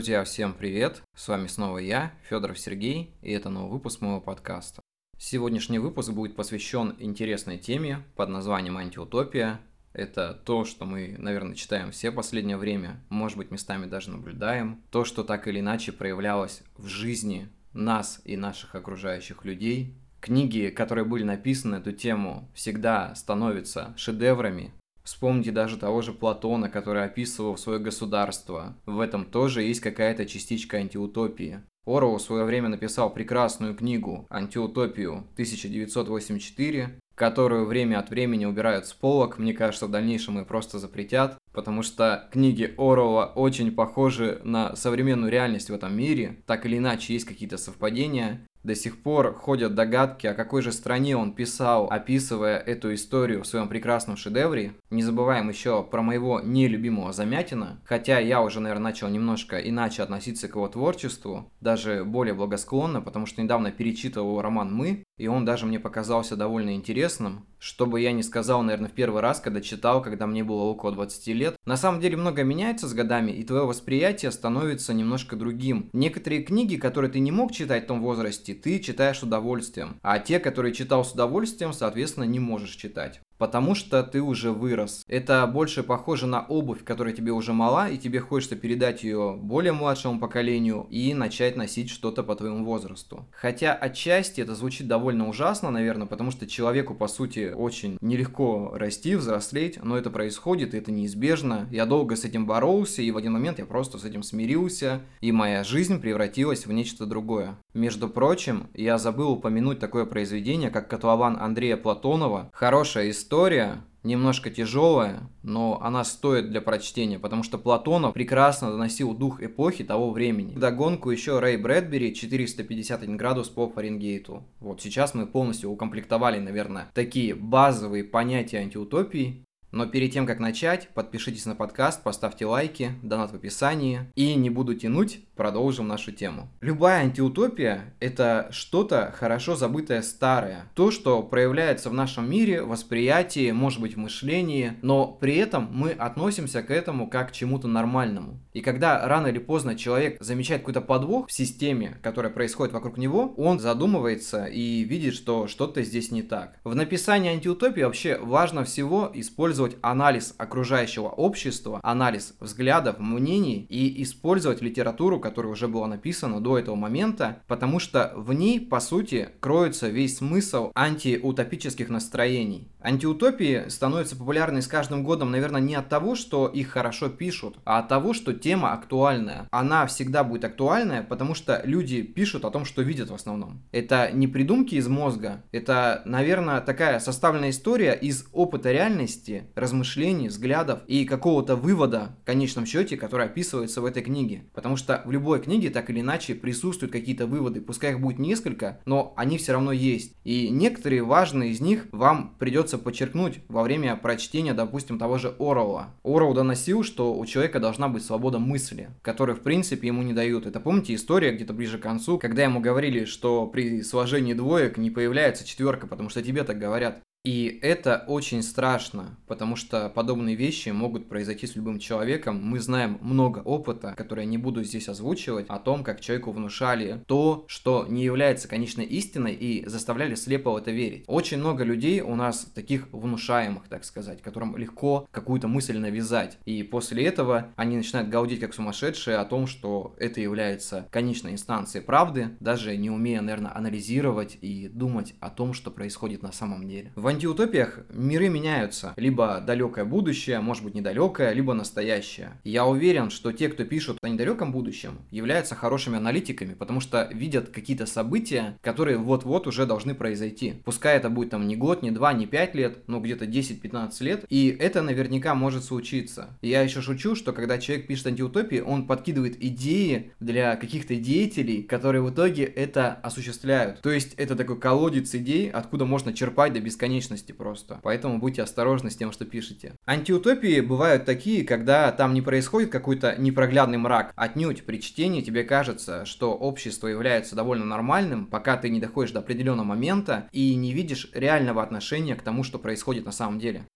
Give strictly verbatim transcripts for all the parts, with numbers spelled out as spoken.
Друзья, всем привет! С вами снова я, Федоров Сергей, и это новый выпуск моего подкаста. Сегодняшний выпуск будет посвящен интересной теме под названием антиутопия. Это то, что мы, наверное, читаем все в последнее время, может быть, местами даже наблюдаем. То, что так или иначе проявлялось в жизни нас и наших окружающих людей. Книги, которые были написаны на эту тему, всегда становятся шедеврами. Вспомните даже того же Платона, который описывал свое государство. В этом тоже есть какая-то частичка антиутопии. Оруэлл в свое время написал прекрасную книгу «Антиутопию тысяча девятьсот восемьдесят четыре», которую время от времени убирают с полок. Мне кажется, в дальнейшем ее просто запретят, потому что книги Оруэлла очень похожи на современную реальность в этом мире. Так или иначе, есть какие-то совпадения. До сих пор ходят догадки, о какой же стране он писал, описывая эту историю в своем прекрасном шедевре. Не забываем еще про моего нелюбимого Замятина, хотя я уже, наверное, начал немножко иначе относиться к его творчеству, даже более благосклонно, потому что недавно перечитывал его роман «Мы», и он даже мне показался довольно интересным, что бы я ни сказал, наверное, в первый раз, когда читал, когда мне было около двадцати лет. На самом деле многое меняется с годами, и твое восприятие становится немножко другим. Некоторые книги, которые ты не мог читать в том возрасте, ты читаешь с удовольствием, а те, которые читал с удовольствием, соответственно, не можешь читать. Потому что ты уже вырос. Это больше похоже на обувь, которая тебе уже мала, и тебе хочется передать ее более младшему поколению и начать носить что-то по твоему возрасту. Хотя отчасти это звучит довольно ужасно, наверное, потому что человеку, по сути, очень нелегко расти, взрослеть, но это происходит, и это неизбежно. Я долго с этим боролся, и в один момент я просто с этим смирился, и моя жизнь превратилась в нечто другое. Между прочим, я забыл упомянуть такое произведение, как «Котлован» Андрея Платонова. Хорошая история. История немножко тяжелая, но она стоит для прочтения, потому что Платонов прекрасно доносил дух эпохи того времени. Вдогонку еще Рэй Брэдбери четыреста пятьдесят один градус по Фаренгейту. Вот сейчас мы полностью укомплектовали, наверное, такие базовые понятия антиутопии. Но перед тем, как начать, подпишитесь на подкаст, поставьте лайки, донат в описании. И не буду тянуть, продолжим нашу тему. Любая антиутопия – это что-то хорошо забытое старое. То, что проявляется в нашем мире, восприятии, может быть в мышлении, но при этом мы относимся к этому как к чему-то нормальному. И когда рано или поздно человек замечает какой-то подвох в системе, которая происходит вокруг него, он задумывается и видит, что что-то здесь не так. В написании антиутопии вообще важно всего использовать анализ окружающего общества, анализ взглядов, мнений и использовать литературу, которая уже была написана до этого момента, потому что в ней, по сути, кроется весь смысл антиутопических настроений. Антиутопии становятся популярны с каждым годом, наверное, не от того, что их хорошо пишут, а от того, что тема актуальная. Она всегда будет актуальная, потому что люди пишут о том, что видят в основном. Это не придумки из мозга, это, наверное, такая составленная история из опыта реальности, размышлений, взглядов и какого-то вывода в конечном счете, который описывается в этой книге. Потому что в любой книге так или иначе присутствуют какие-то выводы, пускай их будет несколько, но они все равно есть. И некоторые важные из них вам придется подчеркнуть во время прочтения, допустим, того же Оруэлла. Оруэлл доносил, что у человека должна быть свобода мысли, которую, в принципе, ему не дают. Это, помните, история где-то ближе к концу, когда ему говорили, что при сложении двоек не появляется четверка, потому что тебе так говорят. И это очень страшно, потому что подобные вещи могут произойти с любым человеком. Мы знаем много опыта, который я не буду здесь озвучивать, о том, как человеку внушали то, что не является конечной истиной, и заставляли слепо в это верить. Очень много людей у нас таких внушаемых, так сказать, которым легко какую-то мысль навязать. И после этого они начинают гаудить как сумасшедшие о том, что это является конечной инстанцией правды, даже не умея, наверное, анализировать и думать о том, что происходит на самом деле. В антиутопиях миры меняются. Либо далекое будущее, может быть недалекое, либо настоящее. Я уверен, что те, кто пишут о недалеком будущем, являются хорошими аналитиками, потому что видят какие-то события, которые вот-вот уже должны произойти. Пускай это будет там не год, не два, не пять лет, но где-то десять-пятнадцать лет, и это наверняка может случиться. Я еще шучу, что когда человек пишет антиутопии, он подкидывает идеи для каких-то деятелей, которые в итоге это осуществляют. То есть это такой колодец идей, откуда можно черпать до бесконечности просто. Поэтому будьте осторожны с тем, что пишете. Антиутопии бывают такие, когда там не происходит какой-то непроглядный мрак. Отнюдь при чтении тебе кажется, что общество является довольно нормальным, пока ты не доходишь до определенного момента и не видишь реального отношения к тому, что происходит на самом деле.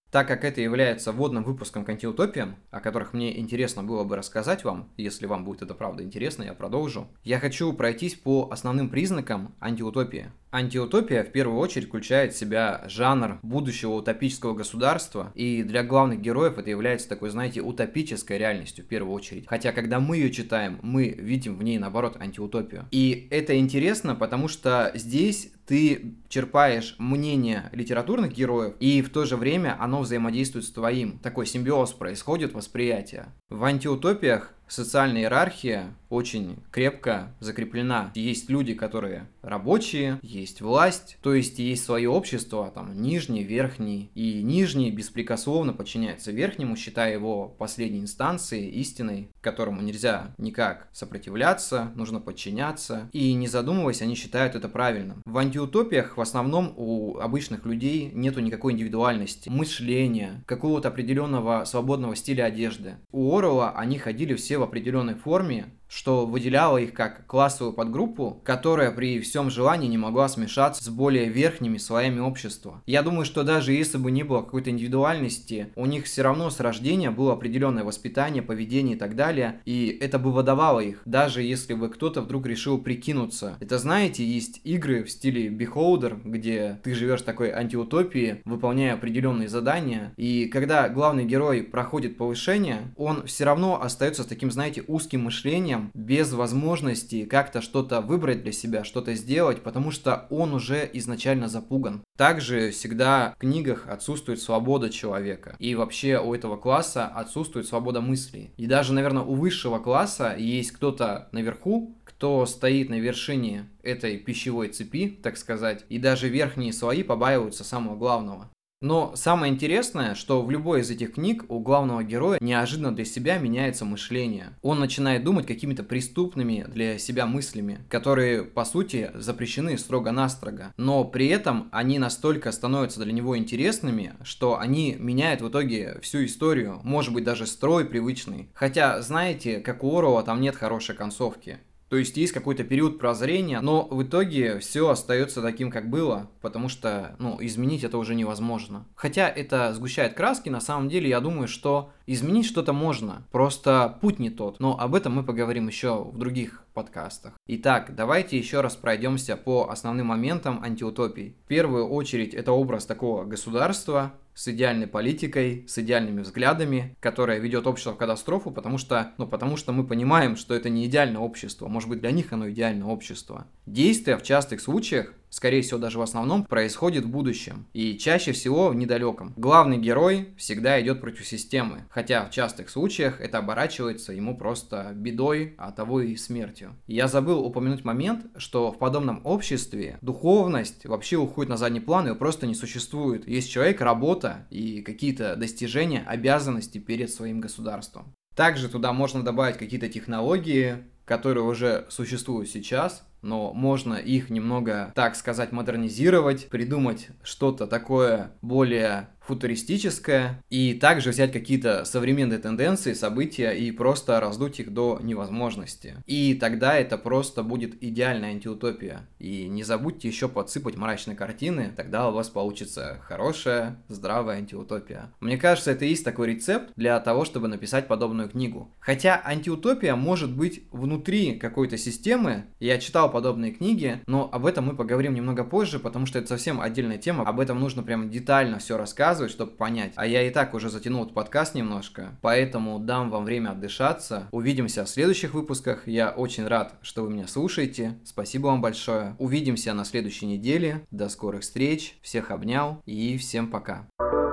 Так как это является вводным выпуском к антиутопиям, о которых мне интересно было бы рассказать вам, если вам будет это правда интересно, я продолжу, я хочу пройтись по основным признакам антиутопии. Антиутопия в первую очередь включает в себя жанр будущего утопического государства, и для главных героев это является такой, знаете, утопической реальностью в первую очередь. Хотя, когда мы ее читаем, мы видим в ней, наоборот, антиутопию. И это интересно, потому что здесь ты черпаешь мнение литературных героев, и в то же время оно взаимодействует с твоим. Такой симбиоз происходит, восприятие. В антиутопиях социальная иерархия очень крепко закреплена. Есть люди, которые рабочие, есть власть, то есть есть свое общество, там нижний, верхний, и нижний беспрекословно подчиняется верхнему, считая его последней инстанцией, истиной, которому нельзя никак сопротивляться, нужно подчиняться, и не задумываясь, они считают это правильным. В антиутопиях в основном у обычных людей нету никакой индивидуальности, мышления, какого-то определенного свободного стиля одежды. У Оруэлла они ходили все в определенной форме, что выделяло их как классовую подгруппу, которая при всем желании не могла смешаться с более верхними слоями общества. Я думаю, что даже если бы не было какой-то индивидуальности, у них все равно с рождения было определенное воспитание, поведение и так далее, и это бы выдавало их, даже если бы кто-то вдруг решил прикинуться. Это, знаете, есть игры в стиле Beholder, где ты живешь в такой антиутопии, выполняя определенные задания, и когда главный герой проходит повышение, он все равно остается с таким, знаете, узким мышлением, без возможности как-то что-то выбрать для себя, что-то сделать, потому что он уже изначально запуган. Также всегда в книгах отсутствует свобода человека. И вообще у этого класса отсутствует свобода мыслей. И даже, наверное, у высшего класса есть кто-то наверху, кто стоит на вершине этой пищевой цепи, так сказать, и даже верхние слои побаиваются самого главного. Но самое интересное, что в любой из этих книг у главного героя неожиданно для себя меняется мышление. Он начинает думать какими-то преступными для себя мыслями, которые, по сути, запрещены строго-настрого. Но при этом они настолько становятся для него интересными, что они меняют в итоге всю историю, может быть даже строй привычный. Хотя, знаете, как у Оруэлла, там нет хорошей концовки. То есть есть какой-то период прозрения, но в итоге все остается таким, как было, потому что, ну, изменить это уже невозможно. Хотя это сгущает краски, на самом деле я думаю, что изменить что-то можно, просто путь не тот. Но об этом мы поговорим еще в других подкастах. Итак, давайте еще раз пройдемся по основным моментам антиутопий. В первую очередь это образ такого государства с идеальной политикой, с идеальными взглядами, которое ведет общество в катастрофу, потому что, ну, потому что мы понимаем, что это не идеальное общество, может быть, для них оно идеальное общество. Действия в частых случаях, скорее всего, даже в основном, происходит в будущем, и чаще всего в недалеком. Главный герой всегда идет против системы, хотя в частых случаях это оборачивается ему просто бедой, а того и смертью. Я забыл упомянуть момент, что в подобном обществе духовность вообще уходит на задний план, ее просто не существует. Есть человек, работа и какие-то достижения, обязанности перед своим государством. Также туда можно добавить какие-то технологии, которые уже существуют сейчас, но можно их немного, так сказать, модернизировать, придумать что-то такое более футуристическое, и также взять какие-то современные тенденции, события и просто раздуть их до невозможности. И тогда это просто будет идеальная антиутопия. И не забудьте еще подсыпать мрачные картины, тогда у вас получится хорошая, здравая антиутопия. Мне кажется, это и есть такой рецепт для того, чтобы написать подобную книгу. Хотя антиутопия может быть внутри какой-то системы, я читал подобные книги, но об этом мы поговорим немного позже, потому что это совсем отдельная тема, об этом нужно прям детально все рассказывать, чтобы понять. А я и так уже затянул этот подкаст немножко, поэтому дам вам время отдышаться. Увидимся в следующих выпусках. Я очень рад, что вы меня слушаете. Спасибо вам большое. Увидимся на следующей неделе. До скорых встреч. Всех обнял и всем пока.